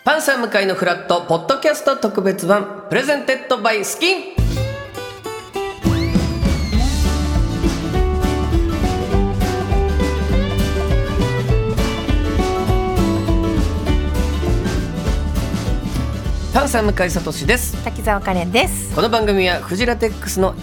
パンサー向井のフラットポッドキャスト特別版プレゼンテッドバイスキン。パンサー向井聡です。 滝沢カレンです。 この番組はフジラテックスの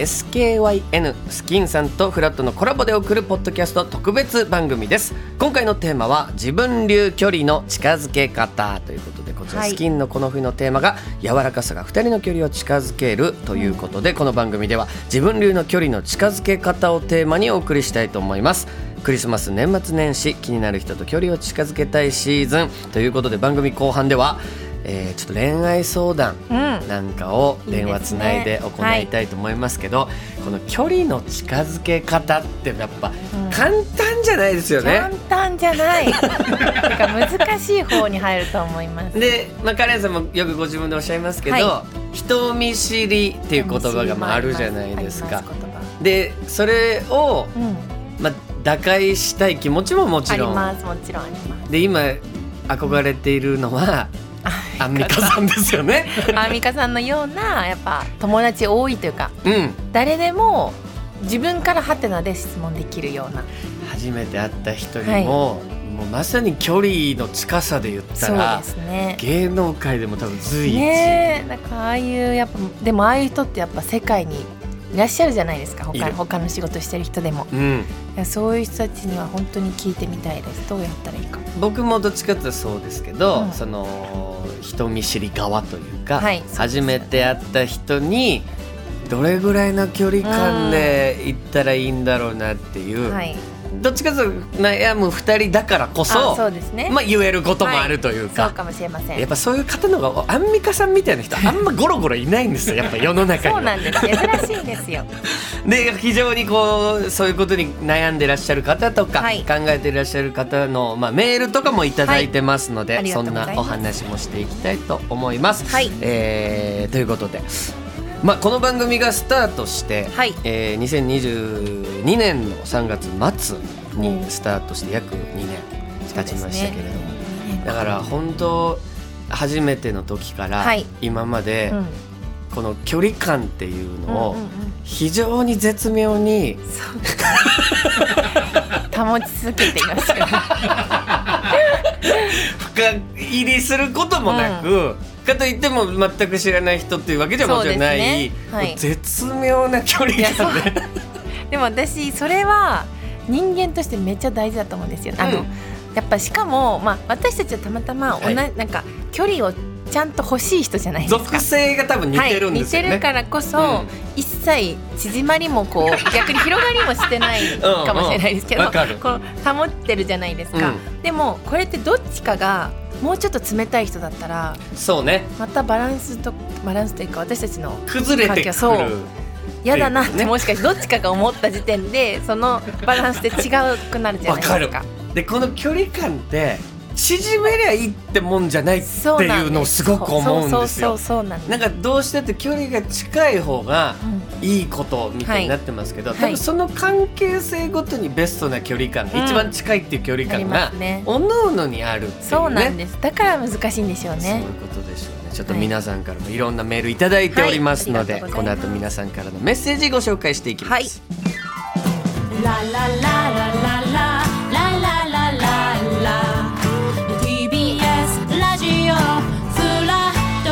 SKYN スキンさんとフラットのコラボで送るポッドキャスト特別番組です。今回のテーマは自分流距離の近づけ方ということで、こちらスキンのこの冬のテーマが柔らかさが2人の距離を近づけるということで、この番組では自分流の距離の近づけ方をテーマにお送りしたいと思います。クリスマス年末年始気になる人と距離を近づけたいシーズンということで、番組後半ではちょっと恋愛相談なんかを電話つないで行いたいと思いますけど、この距離の近づけ方ってやっぱ簡単じゃないですよね。 簡単じゃないてか難しい方に入ると思います。 で、カレンさんもよくご自分でおっしゃいますけど、人見知りっていう言葉があるじゃないですか。で、それを、打開したい気持ちももちろんあります。もちろんあります。 で、今憧れているのはアンミカさんですよね。 アンミカさんのようなやっぱ友達多いというか、誰でも自分からハテナで質問できるような、 初めて会った人にも、もうまさに距離の近さで言ったら、 そうですね、 芸能界でも多分随一、 なんかああいうやっぱでもああいう人ってやっぱ世界にいらっしゃるじゃないですか。他の仕事してる人でも、そういう人たちには本当に聞いてみたいです。どうやったらいいか。 僕もどっちかというとそうですけど、その人見知り側というか、初めて会った人にどれぐらいの距離感で行ったらいいんだろうなっていう、どっちかというと悩む2人だからこそ、 そうですね、 言えることもあるというか、 そうかもしれません。 やっぱそういう方の方がアンミカさんみたいな人あんまゴロゴロいないんですよ、やっぱ世の中に。 そうなんです、珍しいですよ。 で、非常にそういうことに悩んでらっしゃる方とか、考えていらっしゃる方の、メールとかもいただいてますので、そんなお話もしていきたいと思います。ということで、この番組がスタートして、2022年の3月末にスタートして約2年経ちましたけれども、だから本当初めての時から今まで、この距離感っていうのを非常に絶妙に保ち続けていますよ。 深入りすることもなく、かといっても全く知らない人っていうわけじゃもちろんない、絶妙な距離感ででも私それは人間としてめっちゃ大事だと思うんですよ。やっぱしかも、私たちはたまたまなんか距離をちゃんと欲しい人じゃないですか。 属性が多分似てるんですよね。 似てるからこそ、一切縮まりも逆に広がりもしてないかもしれないですけど、保ってるじゃないですか。でもこれってどっちかがもうちょっと冷たい人だったら、 そうね、 またバランスというか私たちの崩れてくる。 嫌だなって、もしかしてどっちかが思った時点でそのバランスで違くなるじゃないですか。 わかる。で、この距離感って縮めりゃいいってもんじゃないっていうのをすごく思うんですよ。なんかどうしてって距離が近い方がいいことみたいになってますけど、多分その関係性ごとにベストな距離感、一番近いっていう距離感がおのおのにあるっていうね。 そうなんです。だから難しいんでしょうね。 そういうことでしょうね。ちょっと皆さんからもいろんなメールいただいておりますので、この後皆さんからのメッセージご紹介していきます。ラララララララララララTBS ラジオフラッ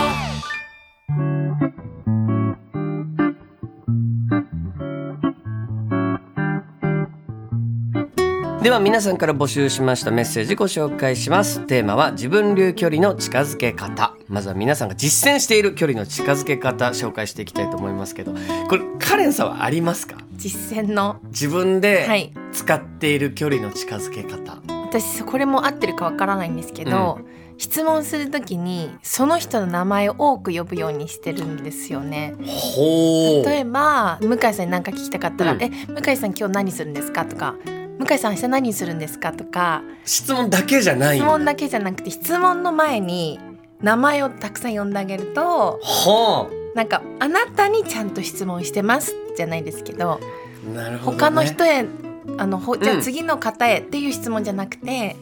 ト。では皆さんから募集しましたメッセージご紹介します。テーマは自分流距離の近づけ方。まずは皆さんが実践している距離の近づけ方紹介していきたいと思いますけど、これカレンさんはありますか？ 実践の自分で使っている距離の近づけ方。 私これも合ってるかわからないんですけど、質問するときにその人の名前を多く呼ぶようにしてるんですよね。例えば向井さんに何か聞きたかったら、向井さん今日何するんですかとか、向井さん明日何するんですかとか、 質問だけじゃない。 質問だけじゃなくて、質問の前に名前をたくさん呼んであげると、なんかあなたにちゃんと質問してますじゃないですけど、 なるほどね、 他の人へじゃあ次の方へっていう質問じゃなくて、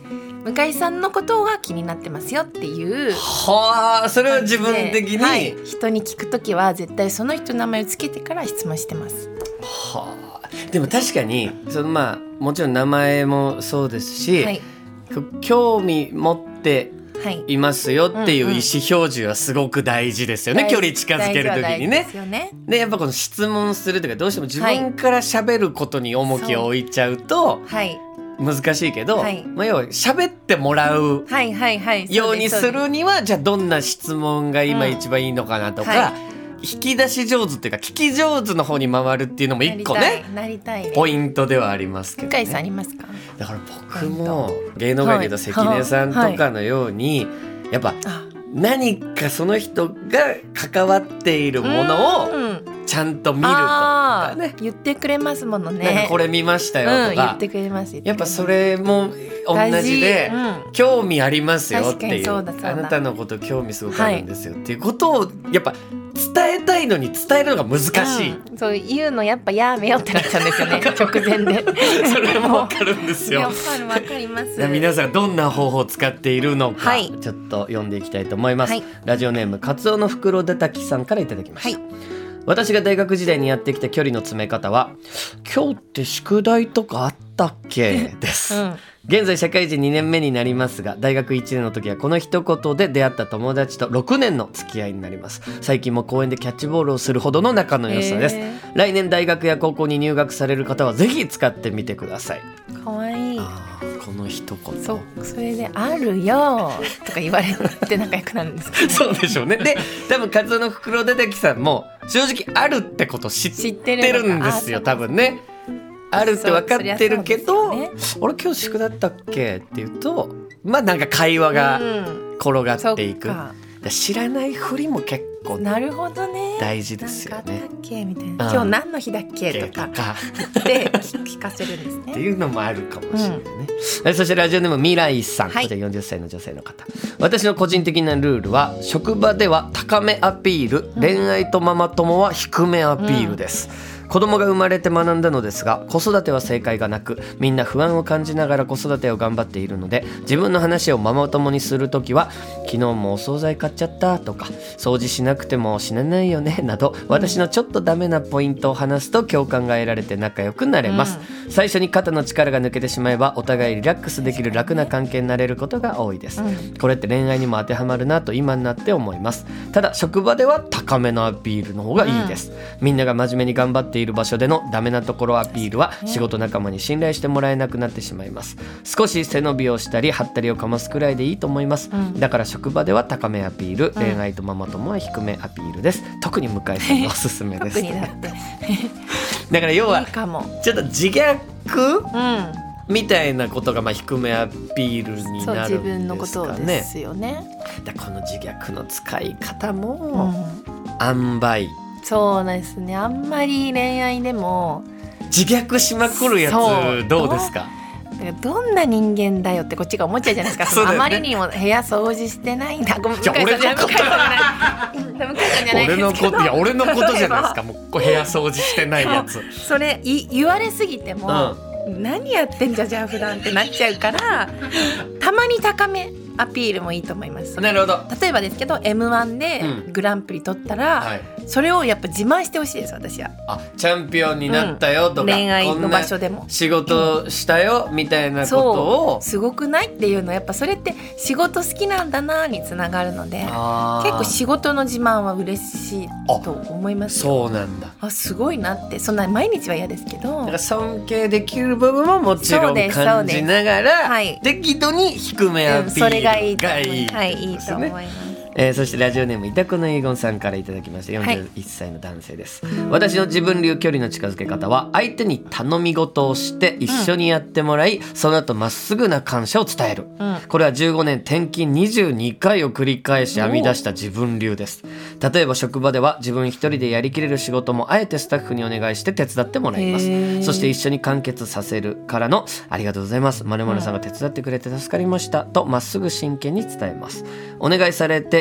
向井さんのことが気になってますよっていうはあ、それは自分的に、 はい、人に聞くときは絶対その人の名前をつけてから質問してます。 はあ、でも確かにもちろん名前もそうですし、はい、興味持っていますよっていう意思表示はすごく大事ですよね、距離近づける時にね。でやっぱこの質問するというか、どうしても自分から喋ることに重きを置いちゃうと難しいけど、要は喋ってもらうようにするには、じゃあどんな質問が今一番いいのかなとか、引き出し上手っていうか聞き上手の方に回るっていうのも一個ねポイントではありますけどね。 向井さんありますか？ だから僕も芸能界でいうと関根さんとかのように、やっぱ何かその人が関わっているものをちゃんと見るとかね、 言ってくれますものね。 なんかこれ見ましたよとか、 言ってくれます。 やっぱそれも同じで、興味ありますよっていう、あなたのこと興味すごくあるんですよっていうことをやっぱ伝えたいのに伝えるのが難しい、 そういうのやっぱやめよってなっちゃうんですよね直前でそれもわかるんですよ。 わかります。 皆さんどんな方法を使っているのか、ちょっと読んでいきたいと思います、ラジオネームカツオの袋叩きさんからいただきました、私が大学時代にやってきた距離の詰め方は、今日って宿題とかあったっけです、現在社会人2年目になりますが、大学1年の時はこの一言で出会った友達と6年の付き合いになります。最近も公園でキャッチボールをするほどの仲の良さです、来年大学や高校に入学される方はぜひ使ってみてください。 かわいい。 この一言、 それであるよとか言われて仲良くなるんですかねそうでしょうね。で多分カツオの袋叩きさんも正直あるってこと知ってるんですよ多分ね。あるって分かってるけど、俺今日宿題だったっけって言うと、なんか会話が転がっていく、知らないふりも結構なるほどね、 大事ですよね。 なんかあったっけみたいな、今日何の日だっけとかで聞かせるんですねっていうのもあるかもしれないね、そしてラジオネーム未来さん、こちら40歳の女性の方、私の個人的なルールは、職場では高めアピール、恋愛とママ友は低めアピールです、子供が生まれて学んだのですが、子育ては正解がなく、みんな不安を感じながら子育てを頑張っているので、自分の話をママ友にするときは、昨日もお惣菜買っちゃったとか、掃除しなくても死なないよねなど、私のちょっとダメなポイントを話すと共感が得られて仲良くなれます、最初に肩の力が抜けてしまえばお互いリラックスできる楽な関係になれることが多いです、これって恋愛にも当てはまるなと今になって思います。ただ職場では高めのアピールの方がいいです、みんなが真面目に頑張っている場所でのダメなところアピールは仕事仲間に信頼してもらえなくなってしまいます。少し背伸びをしたりハったりをかますくらいでいいと思います、だから職場では高めアピール、恋愛とママ友は低めアピールです。特に向井さんのおすすめです特にだってだから要はちょっと自虐、みたいなことが低めアピールになるんですかね。 自分のことですよね。 だこの自虐の使い方も、塩梅、 そうですね。あんまり恋愛でも自虐しまくるやつどうですか？ どんな人間だよってこっちが思っちゃうじゃないですか。あまりにも部屋掃除してないんだ。ごめん、向井さんじゃない。 俺のことじゃないですか。もう部屋掃除してないやつ。 それ言われすぎても、何やってんじゃあ普段ってなっちゃうから、たまに高めアピールもいいと思います。 なるほど。 例えばですけど M1 でグランプリ取ったら、それをやっぱ自慢してほしいです。私はチャンピオンになったよとか、 恋愛の場所でも仕事したよみたいなことを、 すごくないっていうのはやっぱそれって仕事好きなんだなにつながるので、結構仕事の自慢は嬉しいと思いますよ。 そうなんだ。 すごいなって。そんな毎日は嫌ですけど、 だから尊敬できる部分ももちろん感じながら、適度に低めアピール、 それがいいと思いいます。 そしてラジオネームいたこの遺言さんからいただきました41歳の男性です、私の自分流距離の近づけ方は、相手に頼み事をして一緒にやってもらい、その後まっすぐな感謝を伝える、これは15年転勤22回を繰り返し編み出した自分流です。例えば職場では自分一人でやりきれる仕事もあえてスタッフにお願いして手伝ってもらいます。そして一緒に完結させるからのありがとうございます、〇〇さんが手伝ってくれて助かりましたとまっすぐ真剣に伝えます。お願いされて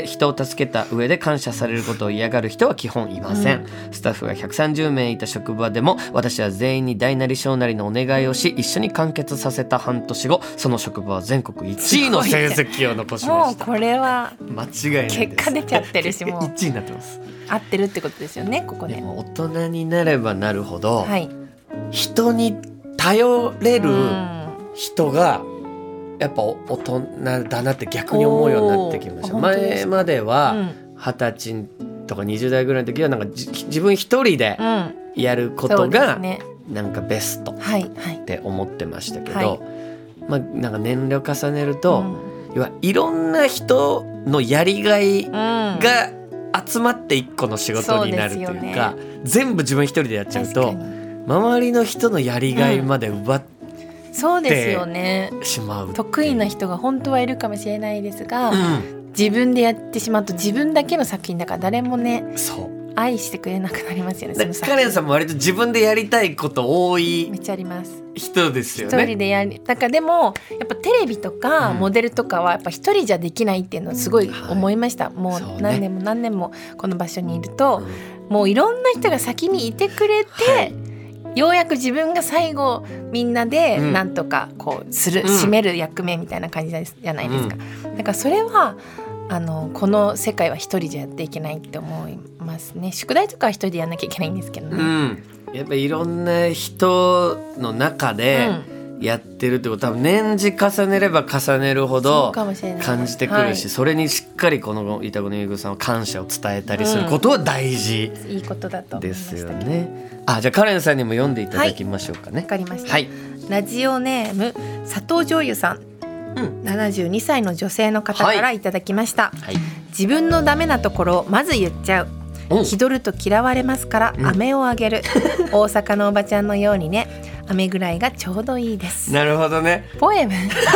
で人を助けた上で感謝されることを嫌がる人は基本いません、スタッフが130名いた職場でも私は全員に大なり小なりのお願いをし一緒に完結させた半年後、その職場は全国1位の成績を残しました。 もうこれは間違いないです。 結果出ちゃってるしもう 1位になってます。 合ってるってことですよねここで。 でも大人になればなるほど、 はい、 人に頼れる人がやっぱ大人だなって逆に思うようになってきました。前までは20歳とか20代ぐらいの時はなんか自分一人でやることがなんかベストって思ってましたけど、まあなんか年齢を重ねると、要はいろんな人のやりがいが集まって一個の仕事になるというか、全部自分一人でやっちゃうと周りの人のやりがいまで奪ってそうですよね。 しまう。 得意な人が本当はいるかもしれないですが、自分でやってしまうと自分だけの作品だから誰もね愛してくれなくなりますよね。 カレンさんも割と自分でやりたいこと多いめっちゃあります人ですよね。 一人でやりだからでもやっぱテレビとかモデルとかはやっぱ一人じゃできないっていうのをすごい思いました、もう何年も何年もこの場所にいると、もういろんな人が先にいてくれて、ようやく自分が最後みんなでなんとかこうする、締める役目みたいな感じじゃないですか、だからそれはこの世界は一人じゃやっていけないって思いますね。宿題とかは一人でやんなきゃいけないんですけどね、 やっぱりいろんな人の中でやってるってこと、多分年次重ねれば重ねるほど感じてくるし、それにしっかりこのイタコのゆうぐさんは感謝を伝えたりすることは大事いいことだと思いましたですよね。じゃあカレンさんにも読んでいただきましょうかね。 わかりました、ラジオネーム佐藤醤油さん、72歳の女性の方からいただきました、自分のダメなところをまず言っちゃう、気取ると嫌われますから飴をあげる、大阪のおばちゃんのようにね、飴ぐらいがちょうどいいです。 なるほどね。 ポエムポ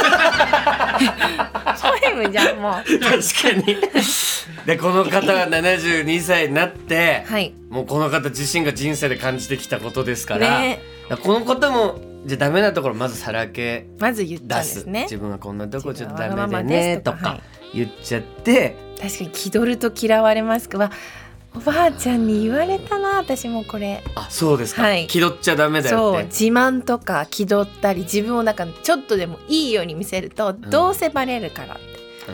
エムじゃんもう。 確かにでこの方が72歳になって、もうこの方自身が人生で感じてきたことですから、このこともじゃあダメなところまずさらけまず言ったんですね。 自分はこんなとこちょっとダメでねとか言っちゃって、 確かに気取ると嫌われますかはおばあちゃんに言われたな。私もこれ。 そうですか、気取っちゃダメだよって。 そう、自慢とか気取ったり自分をなんかちょっとでもいいように見せると、どうせバレるからって、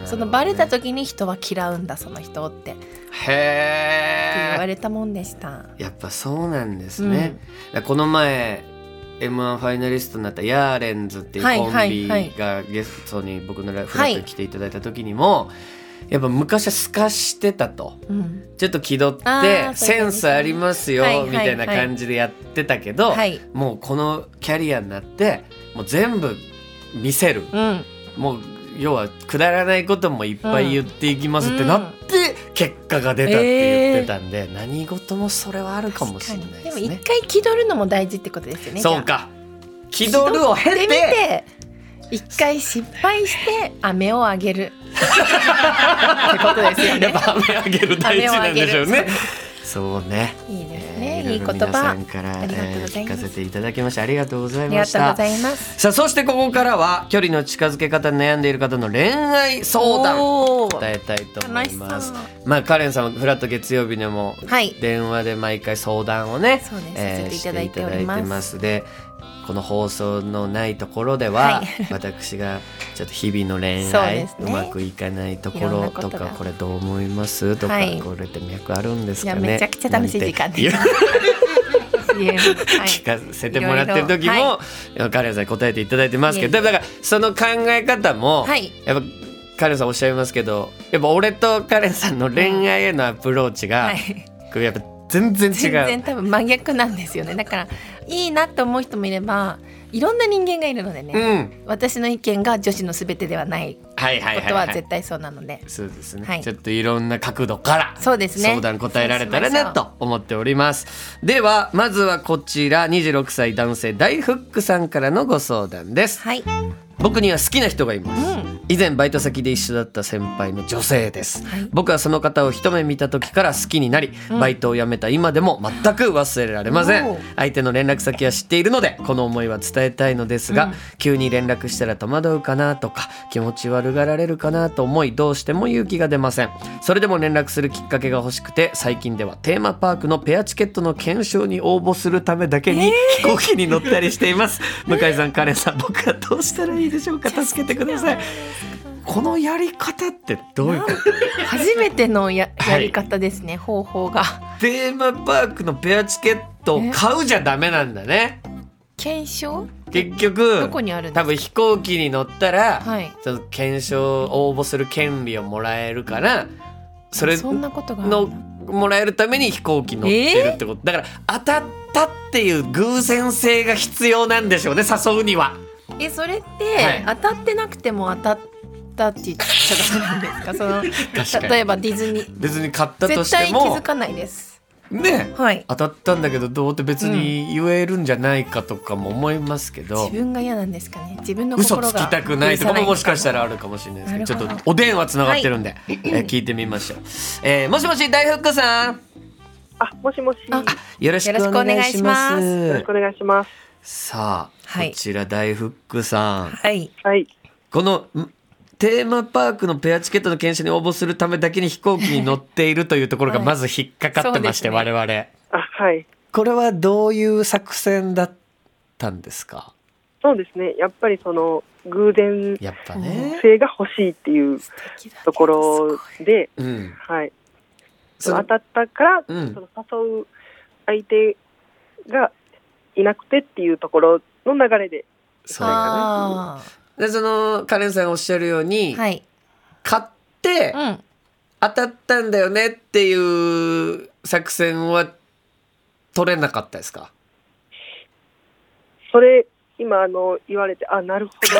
そのバレた時に人は嫌うんだその人って言われたもんでした。 やっぱそうなんですね、この前 M1 ファイナリストになったヤーレンズっていうコンビがゲストに僕のフラットに来ていただいた時にも、やっぱ昔は透かしてたと、ちょっと気取ってセンスありますよみたいな感じでやってたけど、もうこのキャリアになってもう全部見せる、もう要はくだらないこともいっぱい言っていきますってなって結果が出たって言ってたんで、何事もそれはあるかもしれないですね。 でも一回気取るのも大事ってことですよね。 そうか、気取るを経て一回失敗して飴をあげるってことですよね。 やっぱ飴あげる大事なんでしょうね。そうね。 いいですね。いい言葉。 皆さんから聞かせていただきましてありがとうございました。 ありがとうございます。 さあそしてここからは距離の近づけ方に悩んでいる方の恋愛相談答えたいと思います。カレンさんはフラット月曜日でも電話で毎回相談をね、していただいてますで。この放送のないところでは、私がちょっと日々の恋愛、うまくいかないところとか、これどう思いますとか、これって脈あるんですかね。 めちゃくちゃ楽しい時間です。 聞かせてもらってる時もカレンさんに答えていただいてますけど、だからその考え方もやっぱカレンさんおっしゃいますけど、やっぱ俺とカレンさんの恋愛へのアプローチがやっぱ全然違う。 全然多分真逆なんですよね。だからいいなと思う人もいればいろんな人間がいるのでね、私の意見が女子のすべてではないことは絶対そうなので、 そうですね、ちょっといろんな角度からそうですね、 相談答えられたらなと思っております。ではまずはこちら26歳男性大フックさんからのご相談です。僕には好きな人がいます、以前バイト先で一緒だった先輩の女性です、僕はその方を一目見た時から好きになり、バイトを辞めた今でも全く忘れられません。相手の連絡先は知っているのでこの思いは伝えたいのですが、急に連絡したら戸惑うかなとか気持ち悪免れるかなと思い、どうしても勇気が出ません。それでも連絡するきっかけが欲しくて、最近ではテーマパークのペアチケットの検証に応募するためだけに飛行機に乗ったりしています。向井さん、カレンさん、僕はどうしたらいいでしょうか。助けてください。このやり方ってどういうこと？ 初めての やり方ですね、方法が。 テーマパークのペアチケットを買うじゃダメなんだね。 検証？ 結局どこにあるんですか？ 多分飛行機に乗ったら、 はい、 その検証応募する権利をもらえるから、それそんなことがあるののもらえるために飛行機乗ってるってこと、だから当たったっていう偶然性が必要なんでしょうね、誘うには。 それって、 はい、 当たってなくても当たったって言っちゃダメなんですか？その例えばディズニー別に買ったとしても絶対気づかないですね、 はい、 当たったんだけどどうって別に言えるんじゃないかとかも思いますけど、 自分が嫌なんですかね。自分の心が嘘つきたくないとかももしかしたらあるかもしれないですけど、ちょっとお電話つながってるんで、はい、聞いてみましょう。もしもし、大福さん。 もしもし。 よろしくお願いします。 よろしくお願いします。 さあ、 はい、 こちら大福さん、 はいはい、 このテーマパークのペアチケットの検証に応募するためだけに飛行機に乗っているというところがまず引っかかってまして、はい、我々。 はい。 これはどういう作戦だったんですか？ そうですね。やっぱりその偶然性が欲しいっていうところで、はい。当たったから、その誘う相手がいなくてっていうところの流れで。 そうかな。でそのカレンさんがおっしゃるように、 はい、 買って、当たったんだよねっていう作戦は取れなかったですか？ それ今言われて、なるほど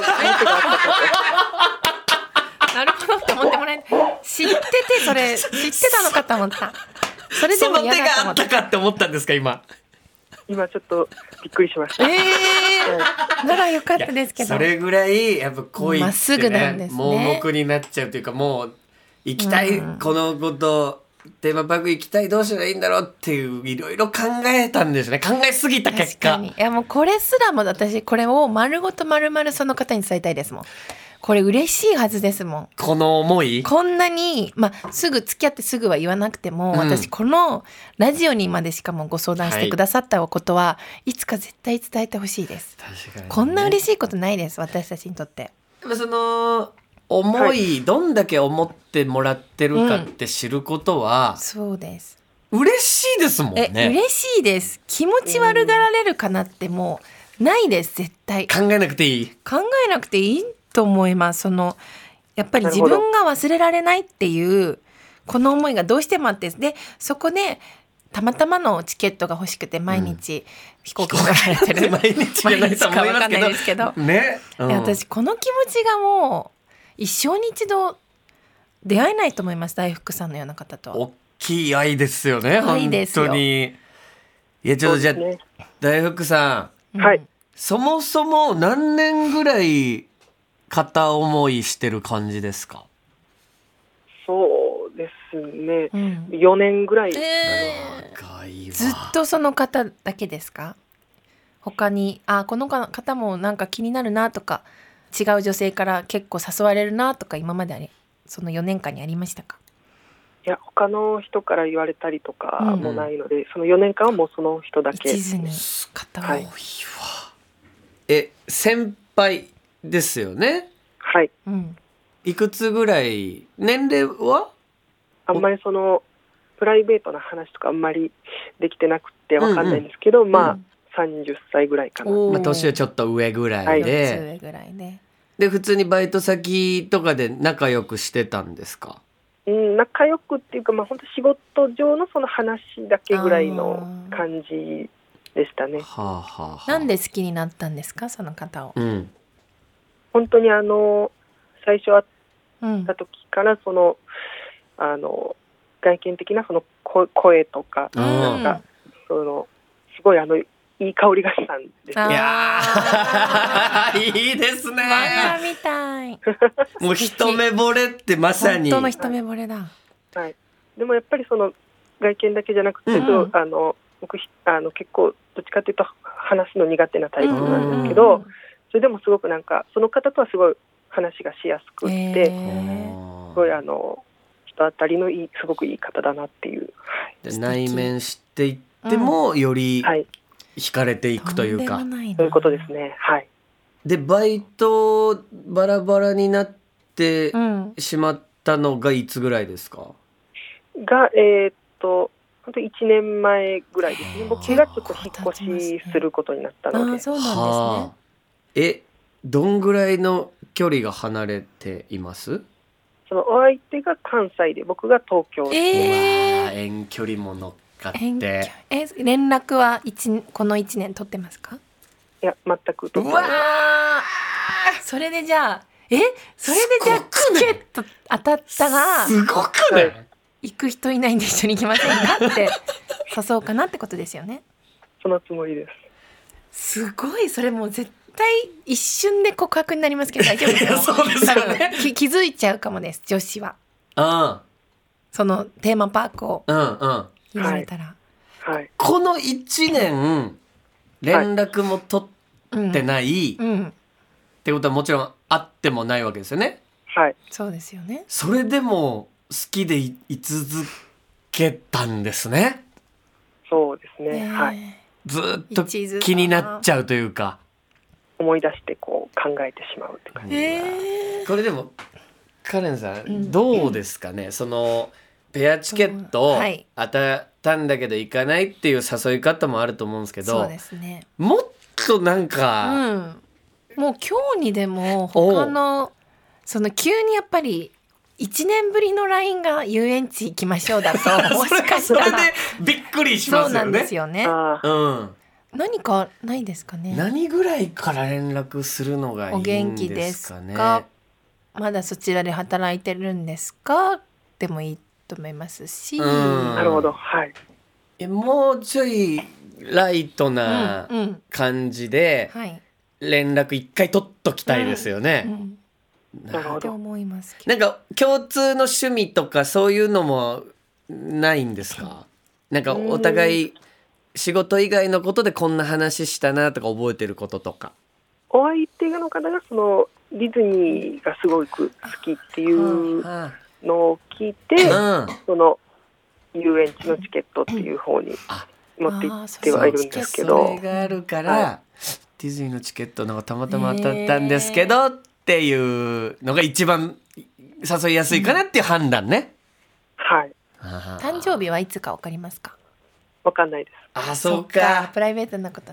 なるほどって思ってもらえ知ってて、それ知ってたのかと思った。それでも嫌だと思った。 その手があったかって思ったんですか？今ちょっとびっくりしました。 ならよかったですけど、 それぐらいやっぱ恋ってね、 まっすぐなんですね、 盲目になっちゃうというか、もう行きたい、このことテーマパーク行きたい、どうしたらいいんだろうっていういろいろ考えたんですね。考えすぎた結果。 確かに。いやもうこれすらも私これを丸ごと丸々その方に伝えたいですもん。これ嬉しいはずですもん。 この思い。 こんなに、すぐ付き合ってすぐは言わなくても、私このラジオにまでしかもご相談してくださったことは、いつか絶対伝えてほしいです。 確かにね、 こんな嬉しいことないです、私たちにとって。 その思い、どんだけ思ってもらってるかって知ることは、 そうです。 嬉しいですもんね。 嬉しいです。気持ち悪がられるかなってもうないです、絶対。 考えなくていい。 考えなくていいと思います。やっぱり自分が忘れられないっていうこの思いがどうしてもあって、でそこでたまたまのチケットが欲しくて毎日飛行機に乗られてる、 毎日じゃないと思いますけどね、 私この気持ちがもう一生に一度出会えないと思います。大福さんのような方とは大きい愛ですよね。 愛ですよ。 本当に。いやちょっとじゃあ、大福さん、はい、 そもそも何年ぐらい片思いしてる感じですか？ そうですね、4年ぐらい、 ずっとその方だけですか？他にこの方もなんか気になるなとか、違う女性から結構誘われるなとか、今までその4年間にありましたか？ いや、他の人から言われたりとかもないので、その4年間はもうその人だけ。 一途に片思い、 先輩ですよね。 はい、 いくつぐらい、年齢はあんまりそのプライベートな話とかあんまりできてなくて分かんないんですけど、30歳ぐらいかな。 年はちょっと上ぐらいで、で普通にバイト先とかで仲良くしてたんですか？ 仲良くっていうか、本当仕事上のその話だけぐらいの感じでしたね。 なんで好きになったんですか、その方を？ 本当に最初会った時からその、外見的なその声とか、なんかそのすごいいい香りがしたんですよ。 いやいいですね。 漫画みたい。 もう一目惚れってまさに。 本当の一目惚れだ。 はい。でもやっぱりその外見だけじゃなくて、僕結構どっちかっていうと話すの苦手なタイプなんですけど、それでもすごくなんかその方とはすごい話がしやすくって、すごい人当たりのいい、すごくいい方だなっていう、 で内面知っていっても、より惹かれていくというか、 そういうことですね。はい。 でバイトバラバラになってしまったのがいつぐらいですか？ が本当1年前ぐらいですね。僕がちょっと引っ越しすることになったので。 そうなんですね。どんぐらいの距離が離れています？ そのお相手が関西で、僕が東京で。 遠距離も乗っかって。 連絡はこの1年取ってますか？ いや、全く取ってない。 それでじゃあチケット当たったらすごくね。 行く人いないんで一緒に行きませんかって誘おうかなってことですよね。 そのつもりです。 すごい、それもう絶対一瞬で告白になりますけど大丈夫ですよ。 そうですよね。 気づいちゃうかもです、女子は。そのテーマパークを気づいたら、 この1年連絡も取ってない、ってことはもちろん会ってもないわけですよね。 はい。 そうですよね。 それでも好きでい続けたんですね。 そうですね。はい。 ずっと気になっちゃうというか、 思い出してこう考えてしまうって感じ。 これでもカレンさん、どうですかね。そのペアチケット当たったんだけど行かないっていう誘い方もあると思うんですけど、 そうですね。 もっとなんか、 もう今日にでも他のその急にやっぱり1年ぶりの LINE が遊園地行きましょうだともしかしたらそれでびっくりしますよね。 そうなんですよね。何かないですかね。 何ぐらいから連絡するのがいいんですかね。お元気ですか、まだそちらで働いてるんですかでもいいと思いますし、 なるほど。はい。 もうちょいライトな感じで連絡一回取っときたいですよね。 なるほど。 思いますけど。なんか共通の趣味とかそういうのもないんですか？なんかお互い仕事以外のことでこんな話したなとか覚えてることとか。 お相手の方がそのディズニーがすごく好きっていうのを聞いて、その遊園地のチケットっていう方に持って行ってはいるんですけど、 それがあるから、ディズニーのチケットのがたまたま当たったんですけどっていうのが一番誘いやすいかなっていう判断ね。 はい。 誕生日はいつか分かりますか？ 分かんないです。 そうか。プライベートなこと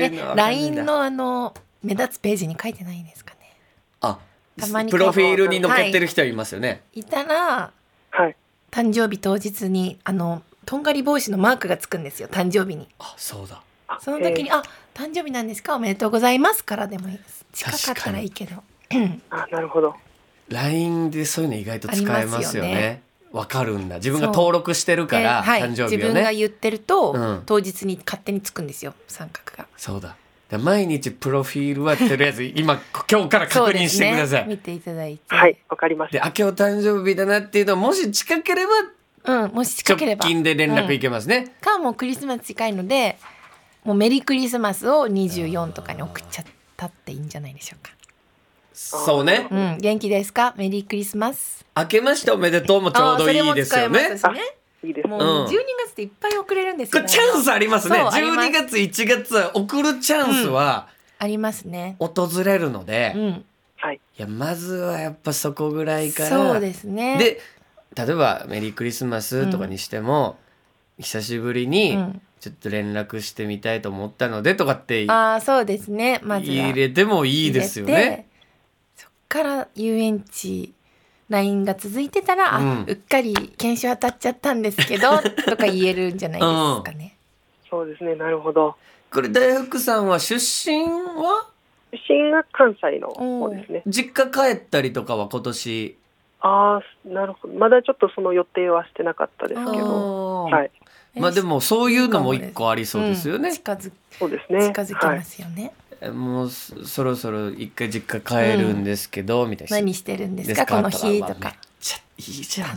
。LINE の目立つページに書いてないんですかね。たまにプロフィールに載っけてる人いますよね。 いたら、誕生日当日にとんがり帽子のマークがつくんですよ、誕生日に。 そうだ。 その時に誕生日なんですか、おめでとうございますからでもいいです。近かったらいいけど。 なるほど。 LINE でそういうの意外と使えますよね。わかるんだ。自分が登録してるから、誕生日をね、 自分が言ってると、当日に勝手につくんですよ、三角が。 そうだ。毎日プロフィールはとりあえず今日から確認してください。 見ていただいて。 はい、わかりました。 で、今日誕生日だなっていうのはもし近ければ、 もし近ければ直近で連絡いけますね。 かもうクリスマス近いので、もうメリークリスマスを24とかに送っちゃったっていいんじゃないでしょうか。 そうね。 元気ですか、メリークリスマス。 明けましておめでとうもちょうどいいですよね。 いいです。 もう12月でいっぱい送れるんですよ。 これチャンスありますね。12月1月は送るチャンスはありますね。 訪れるので、いやまずはやっぱそこぐらいから。 そうですね。 で、例えばメリークリスマスとかにしても、久しぶりにちょっと連絡してみたいと思ったのでとかってそうですね。まずは入れてもいいですよね。 そっから遊園地LINE が続いてたら、うっかり研修当たっちゃったんですけどとか言えるんじゃないですかね。 そうですね。なるほど。 これ大福さんは出身はが関西の方ですね。 実家帰ったりとかは今年。 なるほど。まだちょっとその予定はしてなかったですけど、 まあでもそういうのも一個ありそうですよね。 そうですね。 近づきますよね。 もうそろそろ一回実家帰るんですけど、みたいな。 何してるんですかこの日とか。 めっちゃいいじゃん。 楽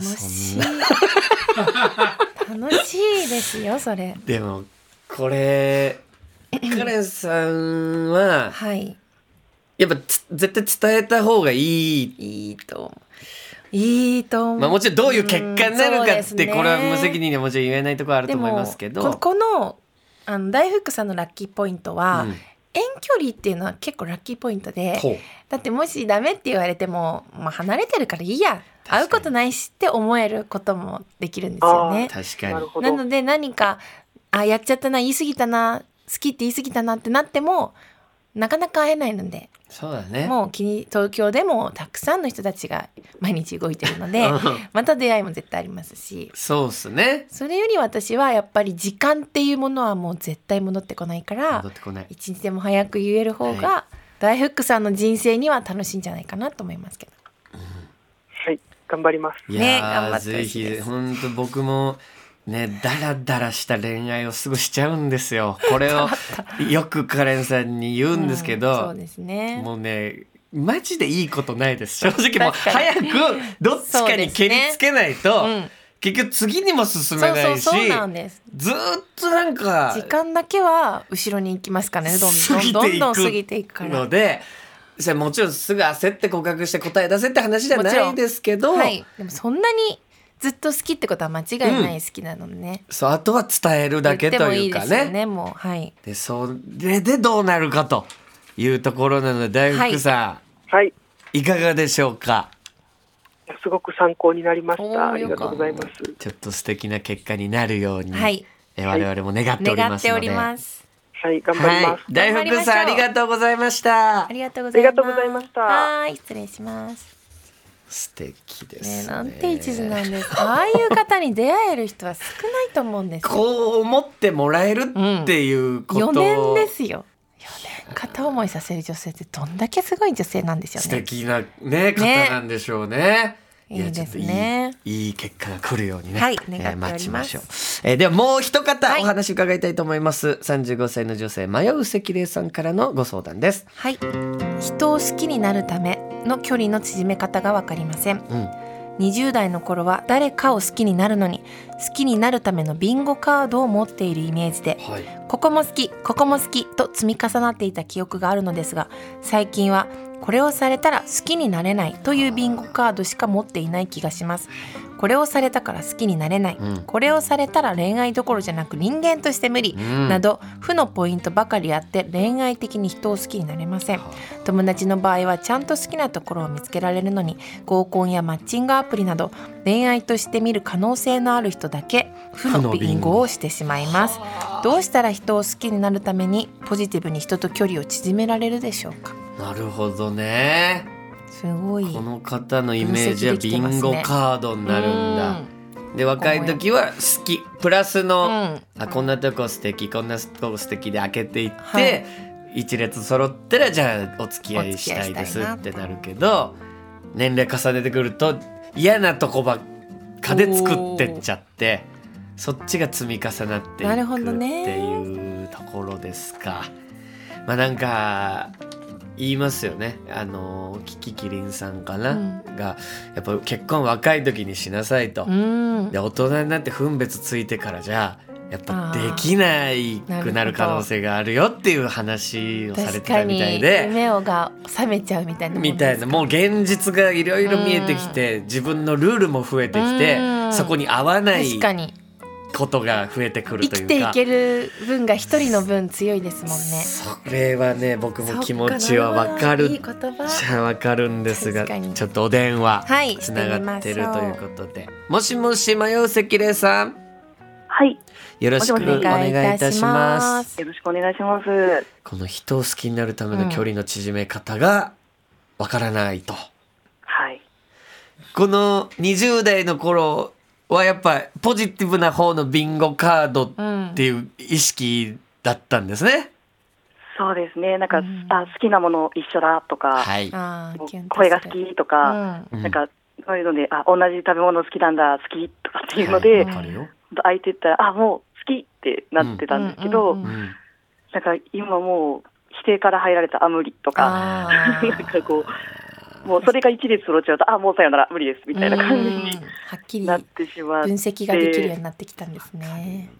しいですよそれ。 でもこれカレンさんは、 やっぱ絶対伝えた方がいいと思う。 まあ、もちろんどういう結果になるかって、これは無責任でもちろん言えないところあると思いますけど、 この大福さんのラッキーポイントは、遠距離っていうのは結構ラッキーポイントで、だってもしダメって言われても、離れてるからいいや、会うことないしって思えることもできるんですよね。 確かに。 なので何かやっちゃったな、言い過ぎたな、好きって言い過ぎたなってなってもなかなか会えないので、 そうだね、 もう東京でもたくさんの人たちが毎日動いてるのでまた出会いも絶対ありますし、 そうですね。 それより私はやっぱり時間っていうものはもう絶対戻ってこないから、一日でも早く言える方が、大福さんの人生には楽しいんじゃないかなと思いますけど、 はい、頑張ります。 いや、頑張ってほしいです。ぜひ本当僕もね、ダラダラした恋愛をすぐしちゃうんですよ。これをよくカレンさんに言うんですけど、 そうですね、 もうね、マジでいいことないです。正直もう早くどっちかに蹴りつけないと、結局次にも進めないし、そうなんです。ずっとなんか時間だけは後ろに行きますからね、どんどん過ぎていくからので、もちろんすぐ焦って告白して答え出せって話じゃないですけど、 でもそんなにずっと好きってことは間違いない好きなのね、 そう、あとは伝えるだけというかね。 言ってもいいですよね、もう。 でそれでどうなるかというところなので、大福さん、いかがでしょうか。 すごく参考になりました。ありがとうございます。 ちょっと素敵な結果になるように、我々も願っておりますので、 はい、頑張ります。 大福さん、ありがとうございました。 ありがとうございました。はい、失礼します。 素敵ですね。 なんて一途なんですか。ああいう方に出会える人は少ないと思うんですよ。 こう思ってもらえるっていうこと、 4年ですよ。4年片思いさせる女性ってどんだけすごい女性なんでしょうね。 素敵な、方なんでしょうね。 いいですね。 いい結果が来るようにね、 願っております。 待ちましょう。ではもう一方お話伺いたいと思います。35歳の女性、迷う関玲さんからのご相談です。 はい、人を好きになるための距離の縮め方が分かりません。20代の頃は誰かを好きになるのに好きになるためのビンゴカードを持っているイメージで、ここも好きここも好きと積み重なっていた記憶があるのですが、最近はこれをされたら好きになれないというビンゴカードしか持っていない気がします。これをされたから好きになれない、これをされたら恋愛どころじゃなく人間として無理、など負のポイントばかりあって恋愛的に人を好きになれません。友達の場合はちゃんと好きなところを見つけられるのに、合コンやマッチングアプリなど恋愛として見る可能性のある人だけ負のビンゴをしてしまいます。どうしたら人を好きになるためにポジティブに人と距離を縮められるでしょうか。 なるほどね。 すごい。 この方のイメージはビンゴカードになるんだ。で、若い時は好きプラスの、こんなとこ素敵、こんなとこ素敵で開けていって、一列揃ったらじゃあお付き合いしたいですってなるけど、年齢重ねてくると嫌なとこばっかで作ってっちゃって、そっちが積み重なっていくっていうところですか。なんか言いますよね。キキリンさんかな、がやっぱ結婚若い時にしなさいと、で大人になって分別ついてからじゃやっぱできないくなる可能性があるよっていう話をされてたみたいで、 夢が覚めちゃうみたいなもう現実がいろいろ見えてきて、自分のルールも増えてきて、そこに合わないことが増えてくるというか、 生きていける分が一人の分強いですもんね。 それはね、僕も気持ちは分かるっちゃ分かるんですが、ちょっとお電話つながってるということで、もしもし、迷う関玲さん、 はい、 よろしくお願いいたします。 よろしくお願いします。 この人を好きになるための距離の縮め方が分からないと、この20代の頃はやっぱポジティブな方のビンゴカードっていう意識だったんですね。 そうですね。なんか、好きなもの一緒だとか、声が好きとか、なんかそういうので、同じ食べ物好きなんだ、好きとかっていうので、相手ったらもう好きってなってたんですけど、なんか今もう否定から入られた無理とか、なんかこう。もうそれが一列揃っちゃうと、もうさよなら無理ですみたいな感じにはっきりなってしまって、 分析ができるようになってきたんですね。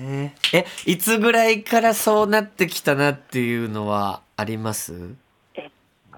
いつぐらいからそうなってきたなっていうのはあります？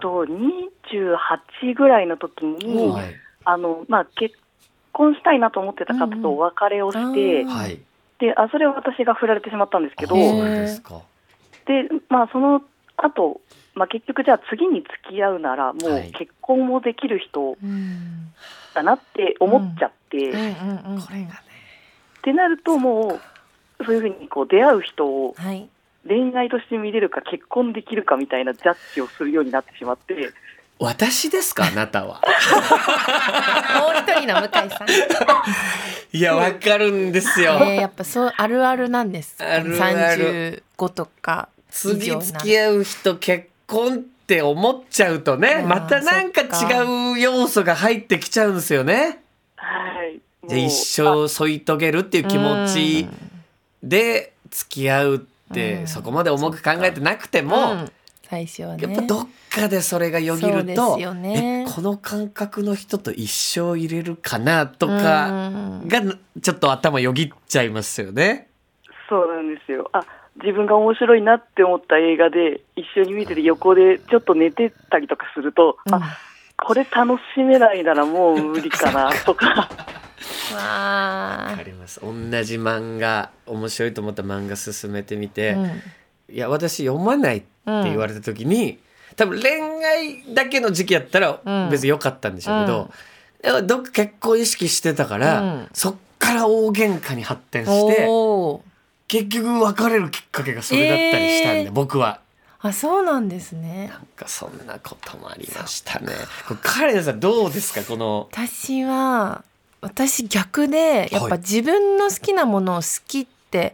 28ぐらいの時に、はい、結婚したいなと思ってた方とお別れをして、でそれを私が振られてしまったんですけど、 そうですか。 で、その後、結局じゃあ次に付き合うならもう結婚もできる人だなって思っちゃって、 これがねってなるともうそういうふうに出会う人を恋愛として見れるか結婚できるかみたいなジャッジをするようになってしまって。 私ですか、あなたは。 もう一人の向井さん。 いや、わかるんですよ。 やっぱそうあるあるなんです。 あるある。 35とか次付き合う人結婚って思っちゃうとね、またなんか違う要素が入ってきちゃうんですよね。 はい。 じゃあ一生添い遂げるっていう気持ちで付き合うってそこまで重く考えてなくても、 最初はね、 やっぱどっかでそれがよぎると、 そうですよね、 この感覚の人と一生入れるかなとかがちょっと頭よぎっちゃいますよね。 そうなんですよ。自分が面白いなって思った映画で一緒に見てて横でちょっと寝てたりとかすると、これ楽しめないならもう無理かなとか。 わかります。同じ漫画、面白いと思った漫画進めてみて、いや私読まないって言われた時に、多分恋愛だけの時期やったら別に良かったんでしょうけど、どっか結婚意識してたから、そっから大喧嘩に発展して結局別れるきっかけがそれだったりしたんで、僕は。 そうなんですね。 なんかそんなこともありましたね。カレンさんどうですか、この。 私逆でやっぱ自分の好きなものを好きって、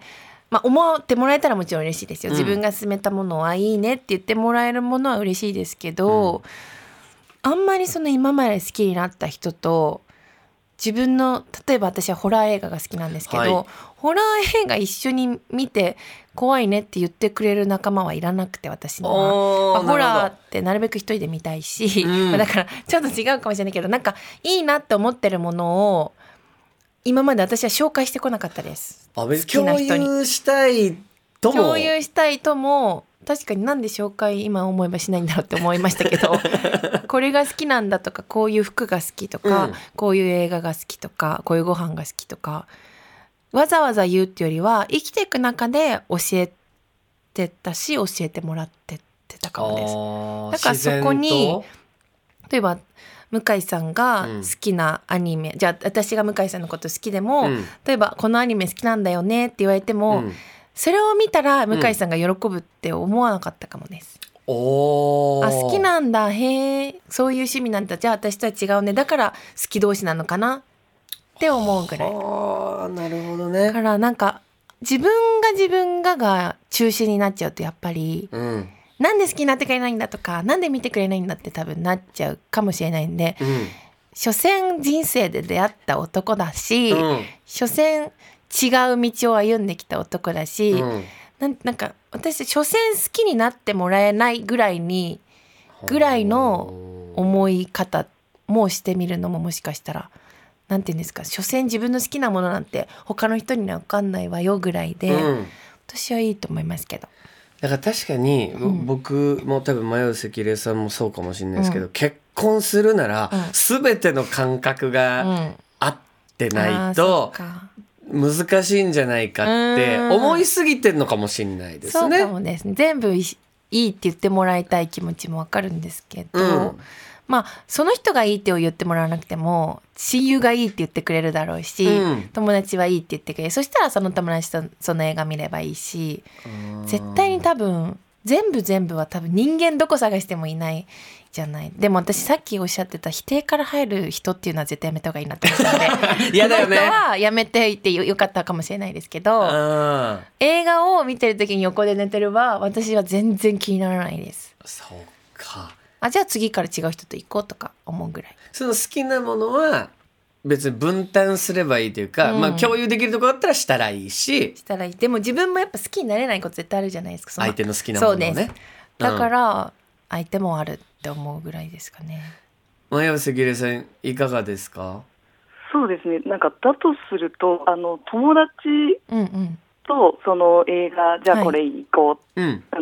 思ってもらえたらもちろん嬉しいですよ。自分が勧めたものはいいねって言ってもらえるものは嬉しいですけど、あんまりその今まで好きになった人と自分の、例えば私はホラー映画が好きなんですけど、ホラー映画一緒に見て怖いねって言ってくれる仲間はいらなくて、私には、ホラーってなるべく一人で見たいし、だからちょっと違うかもしれないけど、なんかいいなって思ってるものを今まで私は紹介してこなかったです。好きな人に共有したいとも確かになんで紹介今思えばしないんだろうって思いましたけどこれが好きなんだとか、こういう服が好きとか、こういう映画が好きとか、こういうご飯が好きとかわざわざ言うっていうよりは生きていく中で教えてたし、教えてもらってってたかもです。だからそこに例えば向井さんが好きなアニメ、じゃあ私が向井さんのこと好きでも、例えばこのアニメ好きなんだよねって言われても、それを見たら向井さんが喜ぶって思わなかったかもです。好きなんだ、へえ、そういう趣味なんだ、じゃあ私とは違うね、だから好き同士なのかなって思うぐらい。 なるほどね。 だからなんか自分が中心になっちゃうとやっぱり、なんで好きになってくれないんだとか、なんで見てくれないんだって多分なっちゃうかもしれないんで、所詮人生で出会った男だし、所詮違う道を歩んできた男だし、なんか私所詮好きになってもらえないぐらいの思い方もしてみるのも、もしかしたらなんていうんですか、所詮自分の好きなものなんて他の人には分かんないわよぐらいで、私はいいと思いますけど。 だから確かに、僕も多分迷う関根さんもそうかもしれないですけど、結婚するなら、全ての感覚が合ってないと難しいんじゃないかって思いすぎてるのかもしれないですね。 そうかもですね。全部いいって言ってもらいたい気持ちもわかるんですけど、その人がいいって言ってもらわなくても親友がいいって言ってくれるだろうし、友達はいいって言ってくれる。そしたらその友達とその映画見ればいいし、絶対に多分全部は多分人間どこ探してもいないじゃない。でも私さっきおっしゃってた否定から入る人っていうのは絶対やめた方がいいなって思ったので嫌だよね。 その人はやめていてよかったかもしれないですけど、映画を見てる時に横で寝てるは私は全然気にならないです。 そうか。 じゃあ次から違う人と行こうとか思うぐらい。 その好きなものは別に分担すればいいというか、共有できるところだったらしたらいいし、 でも自分もやっぱ好きになれないこと絶対あるじゃないですか。 相手の好きなものをね。そうです。 だから相手もあるって思うぐらいですかね。 前尾関根さんいかがですか？ そうですね。なんかだとすると友達とその映画、じゃあこれ行こう、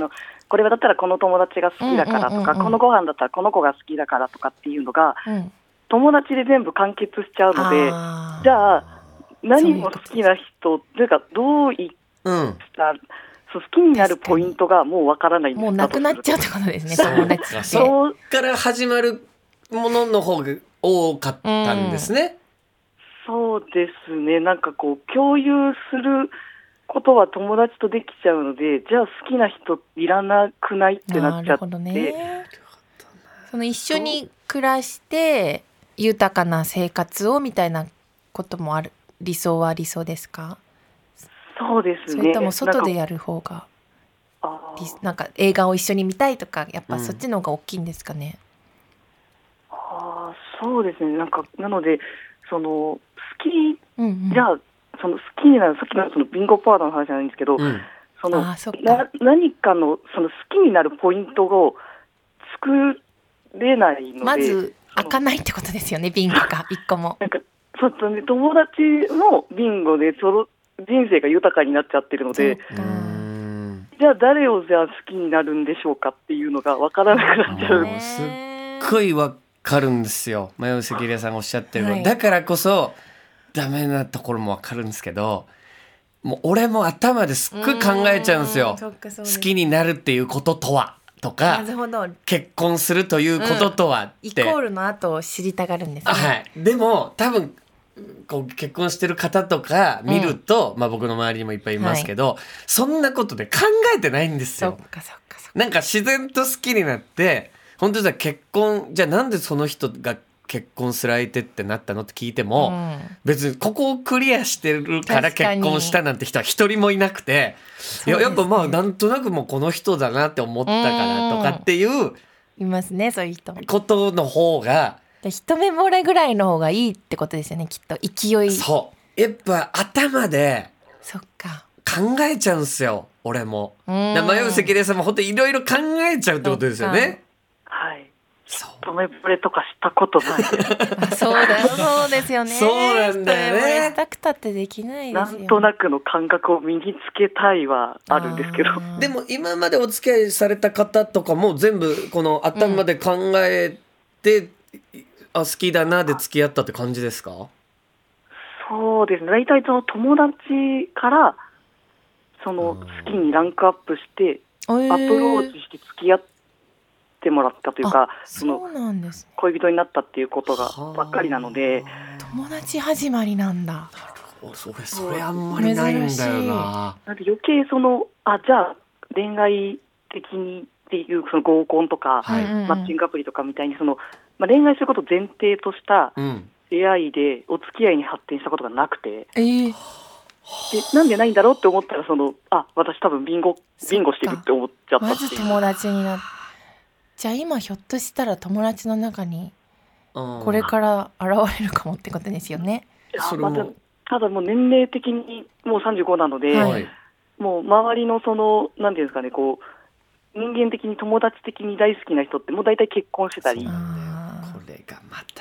これだったらこの友達が好きだからとか、このご飯だったらこの子が好きだからとかっていうのが、友達で全部完結しちゃうので、じゃあ何も好きな人というかどういった好きになるポイントがもうわからないんです。 もうなくなっちゃうってことですね。友達ってそっから始まるものの方が多かったんですね。 そうですね。なんかこう共有することは友達とできちゃうので、じゃあ好きな人いらなくないってなっちゃって。なるほどね。 その一緒に暮らして豊かな生活をみたいなことも理想は理想ですか？ そうですね。 それとも外でやる方がなんか映画を一緒に見たいとか、やっぱそっちの方が大きいんですかね？ そうですね。なのでその好き、じゃあその好きになる、さっきのそのビンゴパウダーの話じゃないんですけど、その何かのその好きになるポイントを作れないので、 まず開かないってことですよね。ビンゴが一個もそうね、友達のビンゴでその人生が豊かになっちゃってるので、じゃあ誰を好きになるんでしょうかっていうのが分からなくなっちゃう。 すっごい分かるんですよ。迷う関根さんがおっしゃってる、だからこそダメなところも分かるんですけど、もう俺も頭ですっごい考えちゃうんですよ。好きになるっていうこととはとか、結婚するということとはって、 イコールの後を知りたがるんですね。 でも多分こう結婚してる方とか見ると、僕の周りにもいっぱいいますけど、そんなことで考えてないんですよ。なんか自然と好きになって、本当に結婚、じゃあなんでその人が結婚する相手ってなったのって聞いても、別にここをクリアしてるから結婚したなんて人は一人もいなくて、やっぱなんとなくもうこの人だなって思ったからとかっていういますね、そういう人。 ことの方が、 一目惚れぐらいの方がいいってことですよね、きっと。勢い。 そうやっぱ頭でそっか考えちゃうんですよ、俺も。迷う関根さんも本当にいろいろ考えちゃうってことですよね。 はい。一目惚れとかしたことないそうですよね。 そうなんだよね。 一目惚れしたくたってできないですよ。 なんとなくの感覚を身につけたいはあるんですけど。 でも今までお付き合いされた方とかも全部この頭で考えて、好きだなで付き合ったって感じですか？ そうですね。大体その友達からその好きにランクアップしてアプローチして付き合ってもらったというか、 そうなんですね。 恋人になったっていうことがばっかりなので。 友達始まりなんだ。 それあんまりないんだよな。 なんで余計じゃあ恋愛的にっていうその合コンとか、マッチングアプリとかみたいに恋愛することを前提とした出会いでお付き合いに発展したことがなくて、でなんでないんだろうって思ったら私多分ビンゴしてるって思っちゃったっていう。 まず友達になって、じゃあ今ひょっとしたら友達の中にこれから現れるかもってことですよね。 ただもう年齢的にもう35なので、もう周りのなんていうんですかね、こう人間的に友達的に大好きな人ってもう大体結婚してたり。 これがまた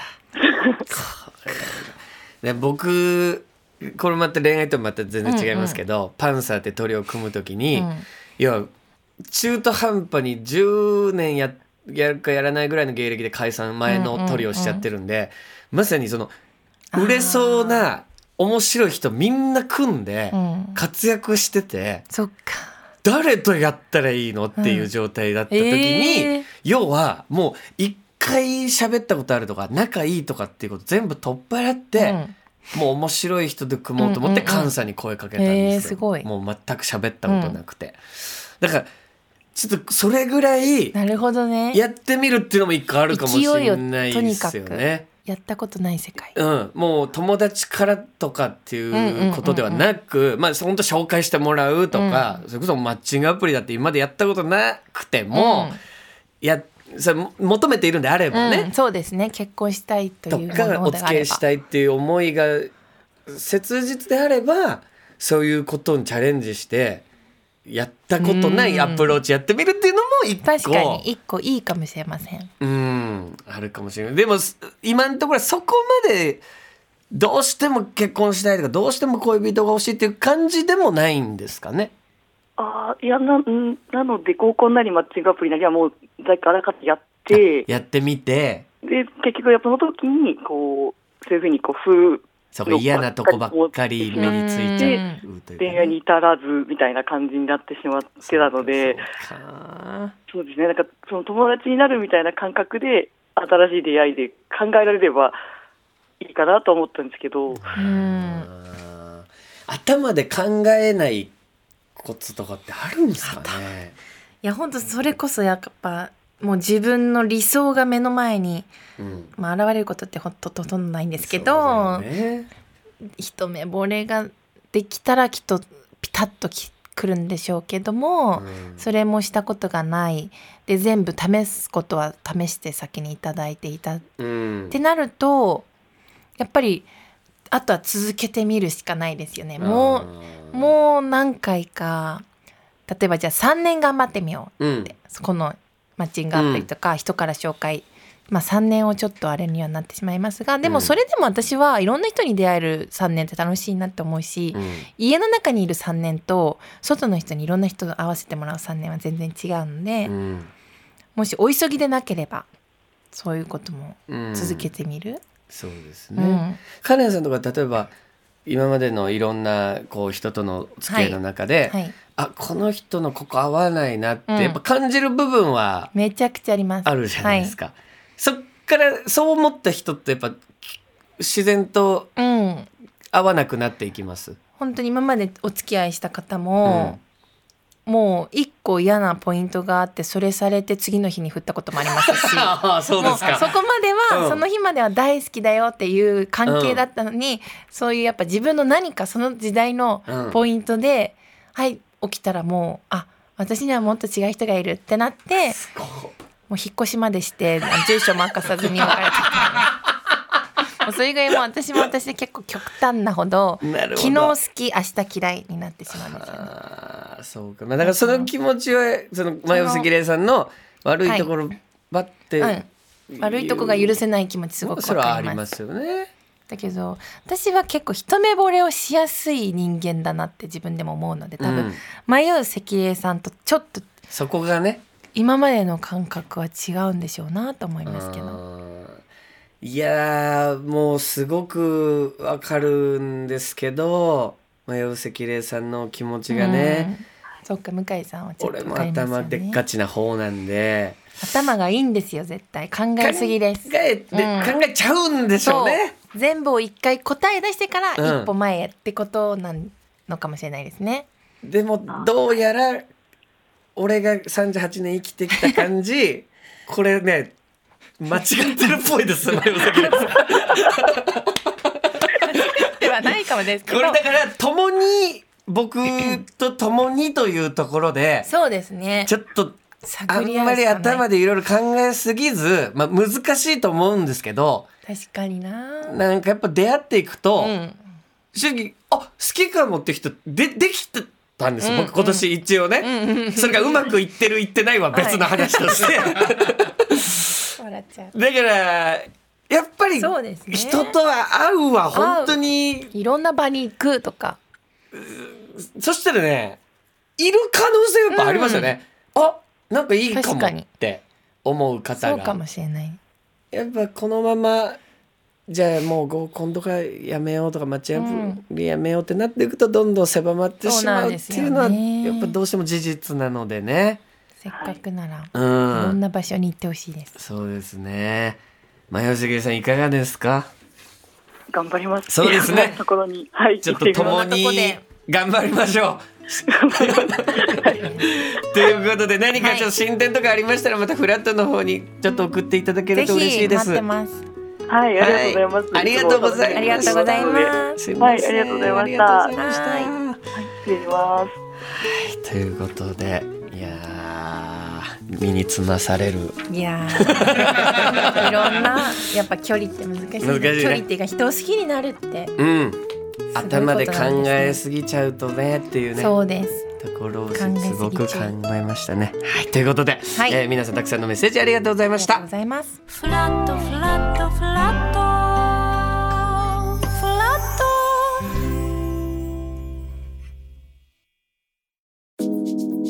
で僕これまた恋愛とまた全然違いますけど、パンサーってトリを組むときに、中途半端に10年やるかやらないぐらいの芸歴で解散前のトリをしちゃってるんで、まさに売れそうな面白い人みんな組んで活躍してて、 そっか誰とやったらいいのっていう状態だった時に、要はもう一回喋ったことあるとか仲いいとかっていうこと全部取っ払って、もう面白い人で組もうと思って関西に声かけたんですよ。 すごい。 もう全く喋ったことなくて、だからちょっとそれぐらいなるほどね、 やってみるっていうのも一個あるかもしれないですよね。 やったことない世界、 もう友達からとかっていうことではなく、本当紹介してもらうとか、それこそマッチングアプリだって今までやったことなくても、それ求めているんであればね、 そうですね、結婚したいというものであれば、 とかお付き合いしたいっていう思いが切実であれば、そういうことにチャレンジしてやったことないアプローチやってみるっていうのも一個、 確かに一個いいかもしれません。 あるかもしれない。でも今のところはそこまでどうしても結婚したいとかどうしても恋人が欲しいっていう感じでもないんですかね。 いやなので合コンなりマッチングアプリなりはもうあらかたやってみて、 で結局その時にこうそういうふうにそう嫌なとこばっかり目についちゃうというか、 恋愛に至らずみたいな感じになってしまってたので、そうですね、なんかその友達になるみたいな感覚で新しい出会いで考えられればいいかなと思ったんですけど、 頭で考えないコツとかってあるんですかね。 いや本当それこそやっぱもう自分の理想が目の前に、現れることってほとんどないんですけど、一目惚れができたらきっとピタッとくるんでしょうけども、それもしたことがないで全部試すことは試して先にいただいていた、ってなるとやっぱりあとは続けてみるしかないですよね。もう何回か例えばじゃあ3年頑張ってみようって、このマッチングアプリとか人から紹介、3年をちょっとあれにはなってしまいますが、でもそれでも私はいろんな人に出会える3年って楽しいなって思うし、家の中にいる3年と外の人にいろんな人と会わせてもらう3年は全然違うので、もしお急ぎでなければそういうことも続けてみる、 そうですね。カレンさんとか例えば今までのいろんな人との付き合いの中で、この人のここ合わないなってやっぱ感じる部分はめちゃくちゃあります。 あるじゃないですか。そっからそう思った人ってやっぱ自然と合わなくなっていきます。 本当に今までお付き合いした方も、もう一個嫌なポイントがあってそれされて次の日に振ったこともありますしそうですか。 そこまでは、その日までは大好きだよっていう関係だったのに、そういうやっぱ自分の何かその時代のポイントで、はい起きたらもう私にはもっと違う人がいるってなって、もう引っ越しまでして住所も明かさずに別れたもうそれ以外も私も私で結構極端なほど昨日好き明日嫌いになってしまうんですよね。 そうか、だからその気持ちはその前関玲さんの悪いところばって、 悪いとこが許せない気持ちすごく分かります。 それはありますよね。 だけど私は結構一目惚れをしやすい人間だなって自分でも思うので、多分、迷う関玲さんとちょっとそこがね今までの感覚は違うんでしょうなと思いますけど。 いやもうすごくわかるんですけど、迷う関玲さんの気持ちがね、 そっか向井さんはちょっと分かりますよね。 俺も頭でっかちな方なんで、 頭がいいんですよ。絶対考えすぎです。 考えちゃうんでしょうね。 全部を一回答え出してから一歩前へってことなのかもしれないですね。 でもどうやら俺が38年生きてきた感じこれね間違ってるっぽいです迷う関玲さんではないかもですけど、 これだから共に僕と共にというところでそうですね、 ちょっとあんまり頭でいろいろ考えすぎず、難しいと思うんですけど、 確かになんかやっぱ出会っていくと、正直好きかもって人できてたんですよ、僕今年一応ね、それがうまくいってるいってないは別の話として、 笑っちゃう。 だからやっぱり人とは会うは本当にいろんな場に行くとか、 そしたらねいる可能性やっぱありますよね、なんかいいかもって思う方が。 そうかもしれない。 やっぱこのままじゃあもう合コンとかやめようとかマッチングアプリやめようってなっていくとどんどん狭まってしまうっていうのはやっぱどうしても事実なのでね。 せっかくならいろんな場所に行ってほしいです。 そうですね。迷う関玲さんいかがですか？ 頑張ります。 そうですね。 ところに、 ちょっと共に頑張りましょう。ということで何かちょっと進展とかありましたらまたフラットの方にちょっと送っていただけると嬉しいです。 ぜひ待ってます。 はい、ありがとうございます。 ありがとうございます。 ありがとうございます。 はい、ありがとうございました。失礼します。 ということで、いや身につまされる。 いやいろんなやっぱ距離って難しい。距離っていうか人を好きになるって。 頭で考えすぎちゃうとねっていうね。 そうです。 ところをすごく考えましたね。はい、ということで、皆さんたくさんのメッセージありがとうございました。 ありがとうございます。 フラットフラットフラットフラット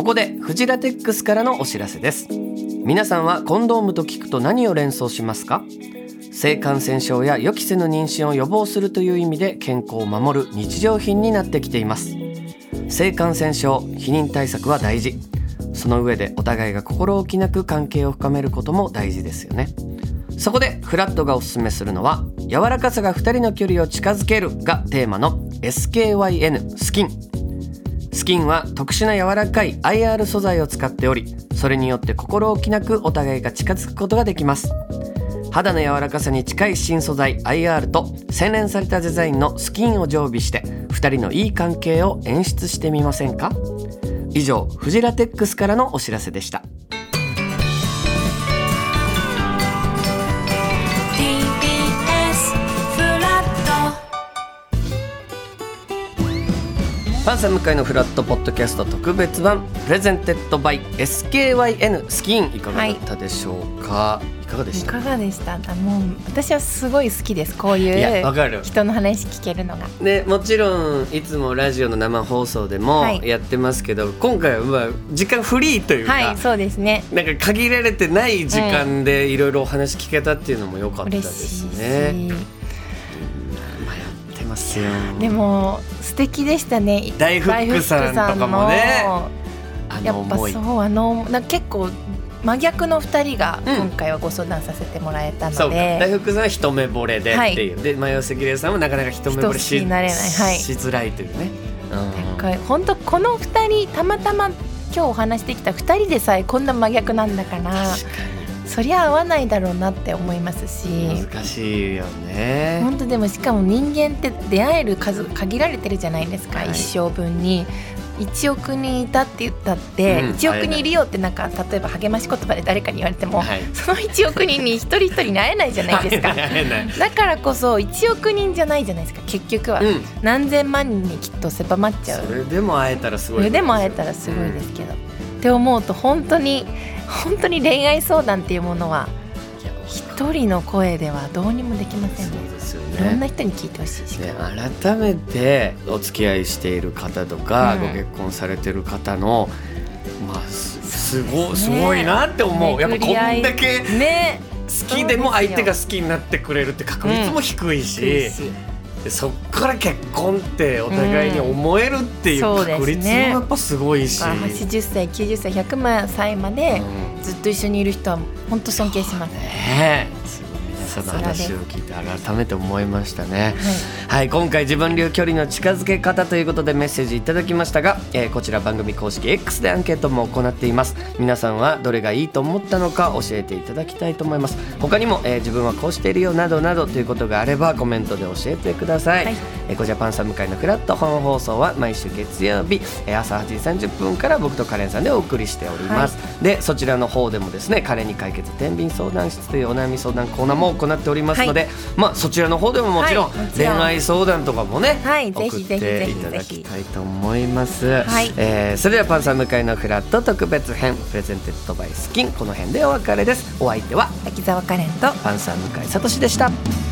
こでフジラテックスからのお知らせです。皆さんはコンドームと聞くと何を連想しますか？性感染症や予期せぬ妊娠を予防するという意味で健康を守る日常品になってきています。性感染症、避妊対策は大事。その上でお互いが心置きなく関係を深めることも大事ですよね。そこでフラットがおすすめするのは、柔らかさが2人の距離を近づけるがテーマの SKYN スキン。スキンは特殊な柔らかい IR 素材を使っており、それによって心置きなくお互いが近づくことができます。肌の柔らかさに近い新素材 IR と洗練されたデザインのスキンを常備して2人のいい関係を演出してみませんか？以上、フジラテックスからのお知らせでした。パンサー向井のフラットポッドキャスト特別版プレゼンテッドバイ SKYN スキン、いかがだったでしょうか？いかがでした？ いかがでした？もう私はすごい好きです。こういう人の話聞けるのが、 ね、もちろんいつもラジオの生放送でもやってますけど、今回は時間フリーというか、 はい、そうですね、 なんか限られてない時間でいろいろお話聞けたっていうのも良かったですね。 でも素敵でしたね。 大福さんとかもね、 やっぱそう結構真逆の2人が今回はご相談させてもらえたので、 そうか、大福さんは一目惚れでっていう、で前尾関根さんはなかなか一目惚れしづらいというね。 本当この2人たまたま今日お話してきた2人でさえこんな真逆なんだから、そりゃ合わないだろうなって思いますし、 難しいよね。 本当でもしかも人間って出会える数限られてるじゃないですか、一生分に。1億人いたって言ったって、1億人いるよってなんか例えば励まし言葉で誰かに言われても、その1億人に一人一人に会えないじゃないですかだからこそ1億人じゃないじゃないですか、結局は、何千万人にきっと狭まっちゃう。 それでも会えたらすごい、 それでも会えたらすごいですけど、って思うと本当に恋愛相談っていうものは一人の声ではどうにもできませんね。 そうですよね。 いろんな人に聞いてほしいし、 改めてお付き合いしている方とか、ご結婚されてる方の、すごいなって思う。やっぱこんだけ好きでも相手が好きになってくれるって確率も低いし、そっから結婚ってお互いに思えるっていう確率もやっぱすごいし、 80歳90歳100歳までずっと一緒にいる人は本当尊敬しますね。 その話を聞いて改めて思いましたね。はい、今回自分流距離の近づけ方ということでメッセージいただきましたが、こちら番組公式 X でアンケートも行っています。皆さんはどれがいいと思ったのか教えていただきたいと思います。他にも、自分はこうしているよなどなどということがあればコメントで教えてください。ゴジャパンサー向井のフラット本放送は毎週月曜日、朝8時30分から僕とカレンさんでお送りしております。でそちらの方でもですね、カレンに解決天秤相談室というお悩み相談コーナーも行っておりますので、そちらの方でももちろん恋愛相談とかもね、送っていただきたいと思います。それではパンサー向井のフラット特別編プレゼンテッドバイスキン、この辺でお別れです。お相手は滝沢カレンとパンサー向井聡でした。